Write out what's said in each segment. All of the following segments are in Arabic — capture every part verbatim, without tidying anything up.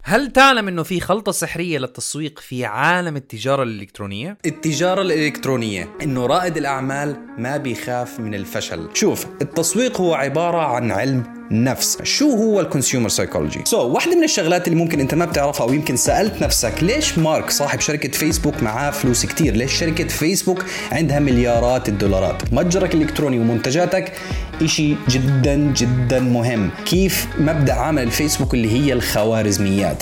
هل تعلم انه في خلطة سحرية للتسويق في عالم التجارة الإلكترونية؟ التجارة الإلكترونية إنه رائد الأعمال ما بيخاف من الفشل. شوف، التسويق هو عبارة عن علم نفس. شو هو الكونسيومر سايكولوجي؟ سو so, واحدة من الشغلات اللي ممكن انت ما بتعرفها او يمكن سألت نفسك، ليش مارك صاحب شركة فيسبوك معاه فلوس كتير؟ ليش شركة فيسبوك عندها مليارات الدولارات؟ متجرك الإلكتروني ومنتجاتك اشي جدا جدا مهم. كيف مبدأ عمل الفيسبوك اللي هي الخوارزميات.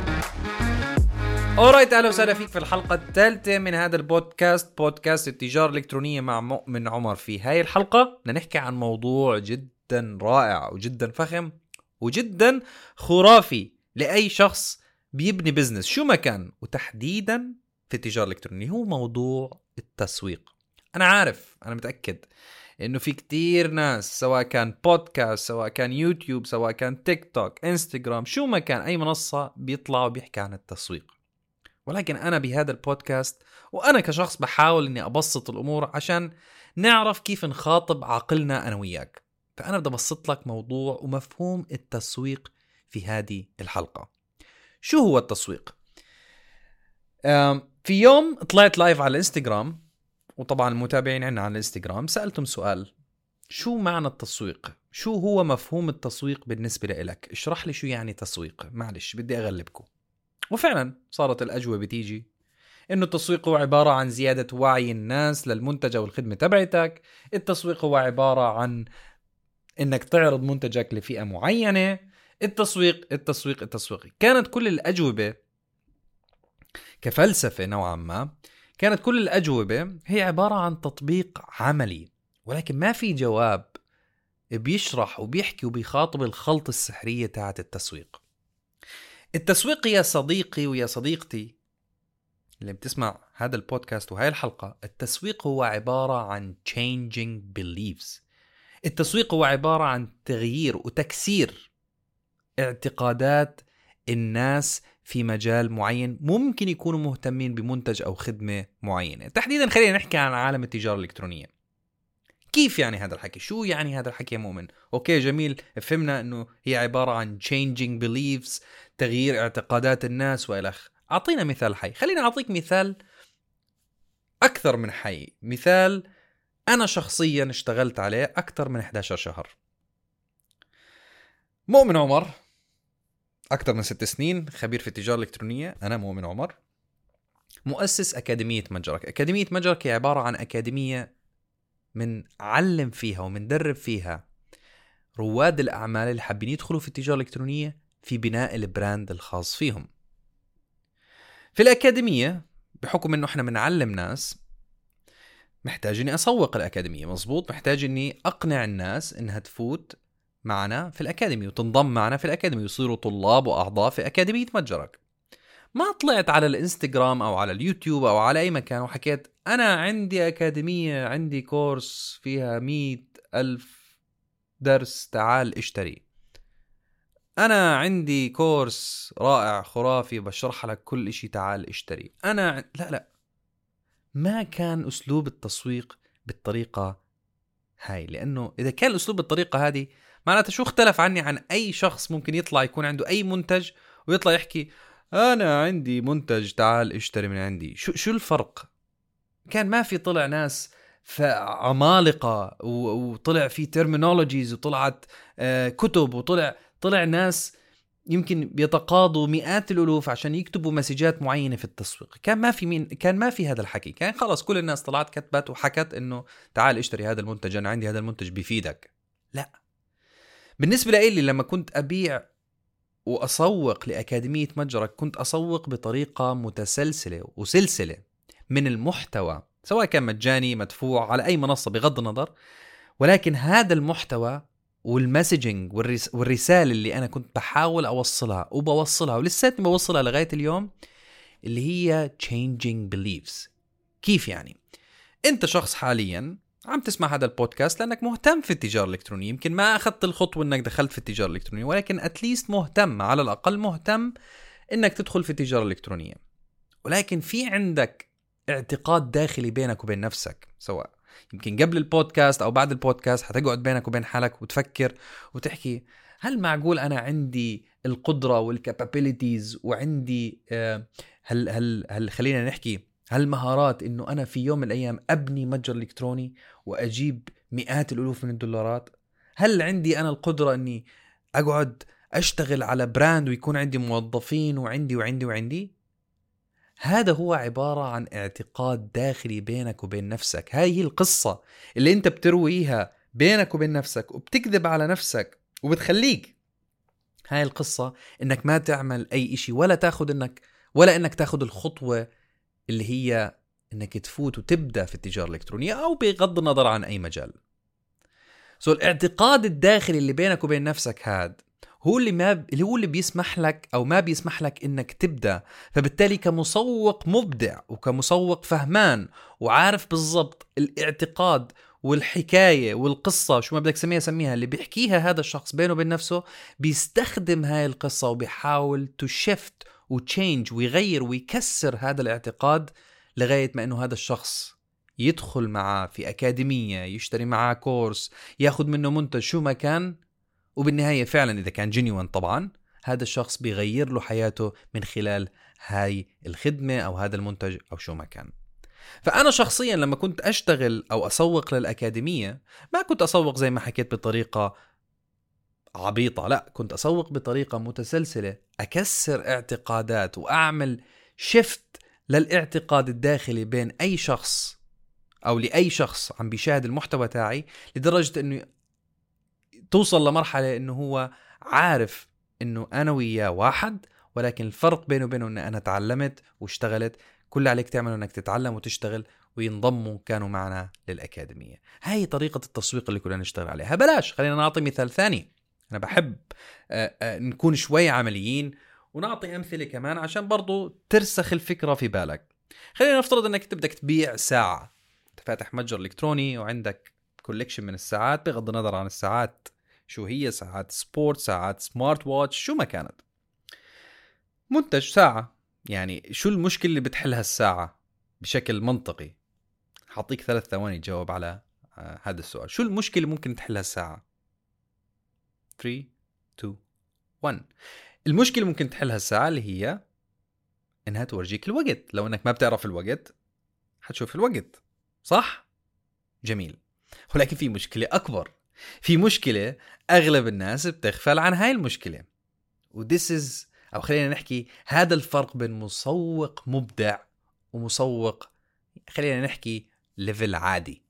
اورايت، اهلا وسهلا فيك في الحلقة الثالثة من هذا البودكاست، بودكاست التجارة الإلكترونية مع مؤمن عمر. في هاي الحلقة بدنا نحكي عن موضوع جدا رائع وجدا فخم وجدا خرافي لأي شخص بيبني بزنس شو ما كان، وتحديدا في التجارة الإلكترونية، هو موضوع التسويق. أنا عارف، أنا متأكد إنه في كتير ناس، سواء كان بودكاست، سواء كان يوتيوب، سواء كان تيك توك، انستغرام، شو ما كان، أي منصة بيطلعوا بيحكي عن التسويق. ولكن أنا بهذا البودكاست وأنا كشخص بحاول إني أبسط الأمور عشان نعرف كيف نخاطب عقلنا أنا وياك. فأنا بدي أبسط لك موضوع ومفهوم التسويق في هذه الحلقة. شو هو التسويق؟ في يوم طلعت لايف على الانستغرام، وطبعا المتابعين عنا على الانستغرام سألتم سؤال: شو معنى التسويق؟ شو هو مفهوم التسويق بالنسبة لك؟ اشرح لي شو يعني تسويق. معلش بدي أغلبكم. وفعلا صارت الأجوبة بتيجي إنه التسويق هو عبارة عن زيادة وعي الناس للمنتج أو الخدمة تبعتك. التسويق هو عبارة عن إنك تعرض منتجك لفئة معينة. التسويق التسويق التسويق كانت كل الأجوبة كفلسفة نوعا ما، كانت كل الأجوبة هي عبارة عن تطبيق عملي، ولكن ما في جواب بيشرح وبيحكي وبيخاطب الخلطة السحرية تاعت التسويق. التسويق يا صديقي ويا صديقتي اللي بتسمع هذا البودكاست وهاي الحلقة، التسويق هو عبارة عن changing beliefs. التسويق هو عبارة عن تغيير وتكسير اعتقادات الناس في مجال معين ممكن يكونوا مهتمين بمنتج أو خدمة معينة. تحديدا خلينا نحكي عن عالم التجارة الإلكترونية. كيف يعني هذا الحكي؟ شو يعني هذا الحكي يا مؤمن؟ أوكي جميل، فهمنا أنه هي عبارة عن changing beliefs، تغيير اعتقادات الناس وإلخ. أعطينا مثال حي. خلينا أعطيك مثال أكثر من حي، مثال أنا شخصيا اشتغلت عليه أكثر من إحدى عشر شهر. مؤمن عمر أكثر من ست سنين خبير في التجارة الإلكترونية. أنا مؤمن عمر مؤسس أكاديمية متجرك. أكاديمية متجرك هي عبارة عن أكاديمية من علم فيها ومن درب فيها رواد الأعمال اللي حابين يدخلوا في التجارة الإلكترونية في بناء البراند الخاص فيهم. في الأكاديمية بحكم أنه إحنا منعلم ناس، محتاج أني أسوق الأكاديمية مظبوط، محتاج أني أقنع الناس أنها تفوت معنا في الأكاديمية وتنضم معنا في الأكاديمية ويصيروا طلاب وأعضاء في أكاديمية متجرك. ما طلعت على الانستغرام أو على اليوتيوب أو على أي مكان وحكيت أنا عندي أكاديمية، عندي كورس فيها مئة ألف درس، تعال اشتري. أنا عندي كورس رائع خرافي بشرح لك كل إشي، تعال اشتري. أنا ع... لا لا ما كان أسلوب التسويق بالطريقة هاي، لأنه إذا كان الأسلوب بالطريقة هذه معناته شو اختلف عني عن أي شخص ممكن يطلع يكون عنده أي منتج ويطلع يحكي أنا عندي منتج تعال اشتري من عندي. شو شو الفرق؟ كان ما في، طلع ناس عمالقة وطلع في ترمينولوجيز وطلعت كتب وطلع طلع ناس يمكن بيتقاضوا مئات الألوف عشان يكتبوا مسجات معينة في التسويق. كان ما في مين كان ما في هذا الحكي. كان خلاص كل الناس طلعت كتبت وحكت إنه تعال اشتري هذا المنتج، أنا عندي هذا المنتج بيفيدك. لا، بالنسبة لي لما كنت أبيع وأسوق لأكاديمية متجرك كنت أسوق بطريقة متسلسلة وسلسلة من المحتوى، سواء كان مجاني مدفوع على أي منصة بغض النظر، ولكن هذا المحتوى والمسجنج والرسالة اللي أنا كنت بحاول أوصلها وبوصلها ولساتني بوصلها لغاية اليوم، اللي هي changing beliefs. كيف يعني؟ أنت شخص حاليا عم تسمع هذا البودكاست لأنك مهتم في التجارة الإلكترونية، يمكن ما أخذت الخطوة أنك دخلت في التجارة الإلكترونية، ولكن أتليست مهتم، على الأقل مهتم أنك تدخل في التجارة الإلكترونية. ولكن في عندك اعتقاد داخلي بينك وبين نفسك، سواء يمكن قبل البودكاست أو بعد البودكاست، هتقعد بينك وبين حالك وتفكر وتحكي هل معقول أنا عندي القدرة والكابابيليتيز وعندي آه هل هل هل خلينا نحكي هالمهارات إنه أنا في يوم من الأيام أبني متجر إلكتروني وأجيب مئات الألوف من الدولارات؟ هل عندي أنا القدرة إني أقعد أشتغل على براند ويكون عندي موظفين وعندي وعندي وعندي؟ هذا هو عبارة عن اعتقاد داخلي بينك وبين نفسك. هاي هي القصة اللي انت بترويها بينك وبين نفسك وبتكذب على نفسك وبتخليك هاي القصة انك ما تعمل اي اشي ولا تاخد انك ولا انك تاخد الخطوة اللي هي انك تفوت وتبدأ في التجارة الإلكترونية او بغض النظر عن اي مجال. سو الاعتقاد الداخلي اللي بينك وبين نفسك هاد هو اللي ما ب... اللي هو اللي بيسمح لك او ما بيسمح لك انك تبدا. فبالتالي كمسوق مبدع وكمسوق فهمان وعارف بالضبط الاعتقاد والحكايه والقصه شو ما بدك سميها سميها اللي بيحكيها هذا الشخص بينه وبين نفسه، بيستخدم هاي القصه وبيحاول تو شيفت وتشينج ويغير ويكسر هذا الاعتقاد لغايه ما انه هذا الشخص يدخل معاه في اكاديميه، يشتري معاه كورس، ياخذ منه منتج شو ما كان، وبالنهاية فعلا إذا كان جينيوان طبعا هذا الشخص بيغير له حياته من خلال هاي الخدمة أو هذا المنتج أو شو ما كان. فأنا شخصيا لما كنت أشتغل أو أسوق للأكاديمية ما كنت أسوق زي ما حكيت بطريقة عبيطة، لا كنت أسوق بطريقة متسلسلة، أكسر اعتقادات وأعمل شيفت للاعتقاد الداخلي بين أي شخص أو لأي شخص عم بيشاهد المحتوى تاعي، لدرجة أنه توصل لمرحلة انه هو عارف انه انا وياه واحد، ولكن الفرق بينه وبينه ان انا تعلمت واشتغلت. كل اللي عليك تعمله انك تتعلم وتشتغل وينضموا كانوا معنا للأكاديمية. هاي طريقة التسويق اللي كنا نشتغل عليها. بلاش خلينا نعطي مثال ثاني. انا بحب آآ آآ نكون شوي عمليين ونعطي امثلة كمان عشان برضو ترسخ الفكرة في بالك. خلينا نفترض انك تبدأ تبيع ساعة، تفاتح متجر الكتروني وعندك كولكشن من الساعات، بغض النظر عن الساعات شو هي، ساعات سبورت، ساعات سمارت واتش، شو ما كانت، منتج ساعة. يعني شو المشكلة اللي بتحلها الساعة بشكل منطقي؟ حاطيك ثلاث ثواني تجاوب على آه هذا السؤال. شو المشكلة اللي ممكن تحلها الساعة؟ ثلاثة اثنين واحد. المشكلة ممكن تحلها الساعة اللي هي انها تورجيك الوقت. لو انك ما بتعرف الوقت حتشوف الوقت، صح؟ جميل. ولكن في مشكلة أكبر، في مشكلة أغلب الناس بتغفل عن هاي المشكلة. وthis is أو خلينا نحكي هذا الفرق بين مسوق مبدع ومسوق خلينا نحكي ليفل عادي.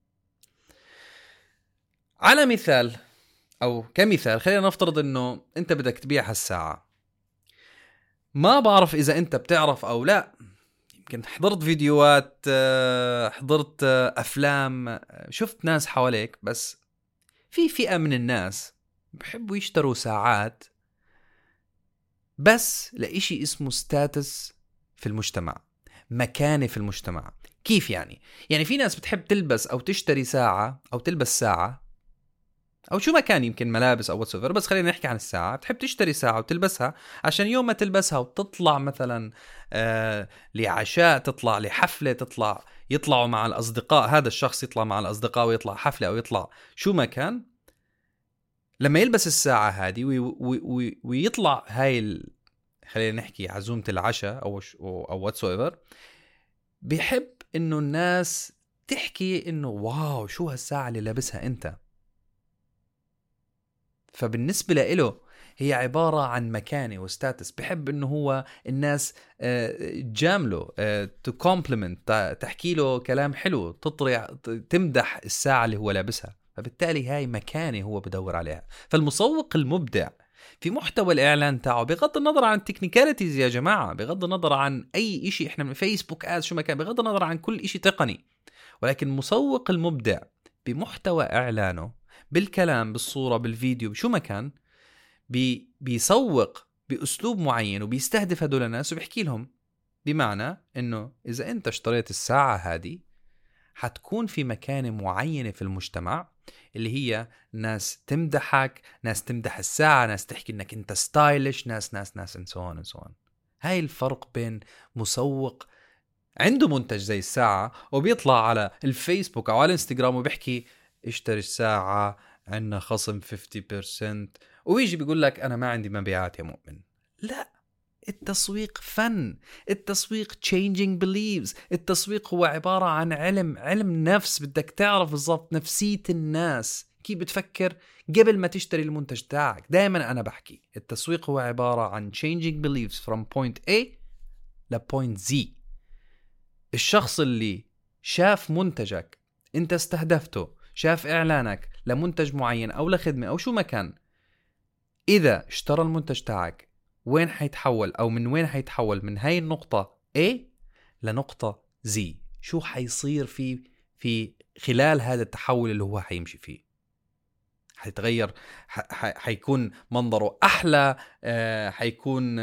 على مثال أو كمثال خلينا نفترض أنه أنت بدك تبيع هالساعة. ما بعرف إذا أنت بتعرف أو لا، يمكن حضرت فيديوهات، حضرت أفلام، شفت ناس حواليك، بس في فئة من الناس بحبوا يشتروا ساعات بس لإشي اسمه ستاتس في المجتمع، مكانة في المجتمع. كيف يعني؟ يعني في ناس بتحب تلبس أو تشتري ساعة أو تلبس ساعة أو شو ما كان، يمكن ملابس أو واتسوفر، بس خلينا نحكي عن الساعة. بتحب تشتري ساعة وتلبسها عشان يوم ما تلبسها وتطلع مثلا آه لعشاء، تطلع لحفلة، تطلع يطلعوا مع الأصدقاء، هذا الشخص يطلع مع الأصدقاء ويطلع حفلة أو يطلع شو ما كان. لما يلبس الساعة هذه وي وي وي ويطلع هاي ال... خلينا نحكي عزومة العشاء أو أو واتسوفر، بيحب إنه الناس تحكي إنه واو شو هالساعة اللي لابسها أنت. فبالنسبة له هي عبارة عن مكانة وستاتس. بحب إنه هو الناس تجامله، تو كومبلمنت، تحكي له كلام حلو، تطرح تمدح الساعة اللي هو لابسها. فبالتالي هاي مكانة هو بدور عليها. فالمسوق المبدع في محتوى الإعلان تاعه، بغض النظر عن التكنيكاليتيز يا جماعة، بغض النظر عن أي إشي، إحنا من فيسبوك آز شو ما كان، بغض النظر عن كل إشي تقني، ولكن مسوق المبدع بمحتوى إعلانه، بالكلام، بالصورة، بالفيديو، بشو ما كان، بي بيسوق بأسلوب معين وبيستهدف هدول الناس وبيحكي لهم، بمعنى إنه إذا أنت اشتريت الساعة هذه حتكون في مكانة معينة في المجتمع اللي هي ناس تمدحك، ناس تمدح الساعة، ناس تحكي إنك أنت ستايلش، ناس ناس ناس and so on and so on. هاي الفرق بين مسوق عنده منتج زي الساعة وبيطلع على الفيسبوك أو على الانستغرام وبيحكي اشتري الساعة عنا خصم خمسين بالمية ويجي بيقول لك أنا ما عندي مبيعات يا مؤمن. لا، التسويق فن، التسويق changing beliefs، التسويق هو عبارة عن علم علم نفس. بدك تعرف بالضبط نفسية الناس كيف بتفكر قبل ما تشتري المنتج تاعك. دائما أنا بحكي التسويق هو عبارة عن changing beliefs from point A ل point Z. الشخص اللي شاف منتجك انت استهدفته، شاف إعلانك لمنتج معين أو لخدمة أو شو ما كان، إذا اشترى المنتج تاعك وين حيتحول أو من وين حيتحول من هاي النقطة A لنقطة Z، شو حيصير في في خلال هذا التحول اللي هو حيمشي فيه؟ حيتغير، حيكون منظره أحلى، حيكون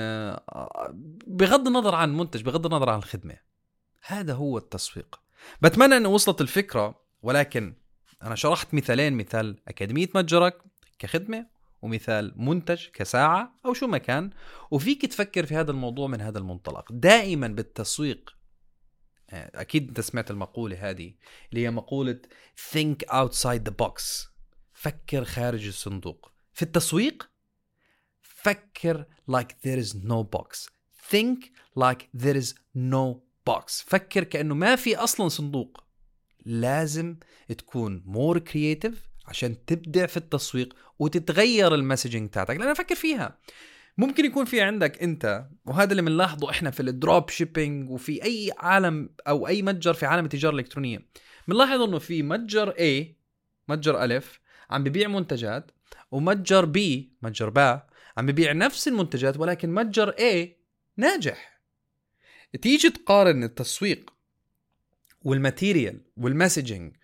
بغض النظر عن المنتج، بغض النظر عن الخدمة. هذا هو التسويق. بتمنى أن وصلت الفكرة، ولكن أنا شرحت مثالين، مثال أكاديمية متجرك كخدمة ومثال منتج كساعة أو شو ما كان، وفيك تفكر في هذا الموضوع من هذا المنطلق. دائما بالتسويق أكيد أنت سمعت المقولة هذه اللي هي مقولة think outside the box، فكر خارج الصندوق. في التسويق فكر like there is no box، think like there is no box، فكر كأنه ما في أصلا صندوق. لازم تكون more creative عشان تبدع في التسويق وتتغير المسجنج تاعتك. لأن أفكر فيها، ممكن يكون في عندك أنت، وهذا اللي بنلاحظه إحنا في الدروب شيبينج وفي أي عالم أو أي متجر في عالم التجارة الإلكترونية، بنلاحظ إنه في متجر A، متجر ألف عم ببيع منتجات، ومتجر B، متجر باء عم ببيع نفس المنتجات، ولكن متجر A ناجح. تيجي تقارن التسويق والماتيريال والمسجنج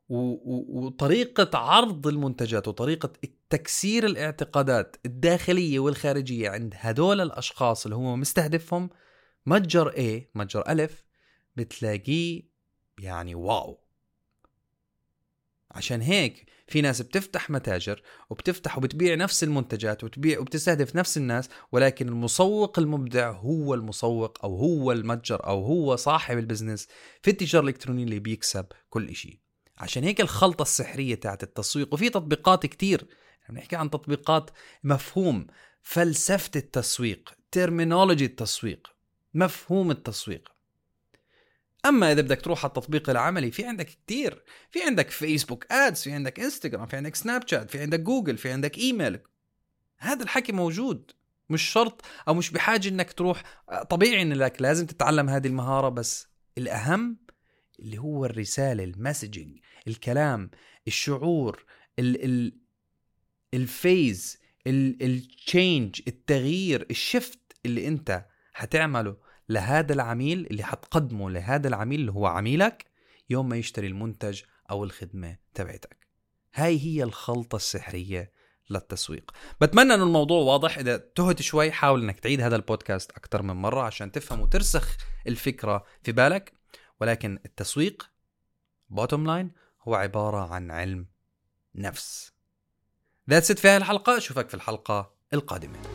وطريقة عرض المنتجات وطريقة تكسير الاعتقادات الداخلية والخارجية عند هدول الأشخاص اللي هم مستهدفهم، متجر A، متجر ألف، بتلاقيه يعني واو. عشان هيك في ناس بتفتح متاجر وبتفتح وبتبيع نفس المنتجات وتبيع وبتستهدف نفس الناس، ولكن المسوق المبدع هو المسوق أو هو المتجر أو هو صاحب البزنس في التجارة الإلكترونية اللي بيكسب كل شيء. عشان هيك الخلطة السحرية تاعت التسويق، وفي تطبيقات كتير بنحكي عن تطبيقات مفهوم فلسفة التسويق، ترمينولوجي التسويق، مفهوم التسويق. أما إذا بدك تروح على التطبيق العملي، في عندك كتير، في عندك فيسبوك آدز، في عندك إنستغرام، في عندك سناب شات، في عندك جوجل، في عندك إيميل. هذا الحكي موجود، مش شرط أو مش بحاجة إنك تروح. طبيعي إن لك لازم تتعلم هذه المهارة، بس الأهم اللي هو الرسالة، المسجنج، الكلام، الشعور، ال ال الفيز، التشينج، التغيير، الشفت اللي أنت هتعمله لهذا العميل، اللي حتقدمه لهذا العميل اللي هو عميلك يوم ما يشتري المنتج أو الخدمة تبعتك. هاي هي الخلطة السحرية للتسويق. بتمنى أن الموضوع واضح. إذا تهت شوي حاول أنك تعيد هذا البودكاست أكتر من مرة عشان تفهم وترسخ الفكرة في بالك. ولكن التسويق bottom line هو عبارة عن علم نفس. That's it في هذه الحلقة. أشوفك في الحلقة القادمة.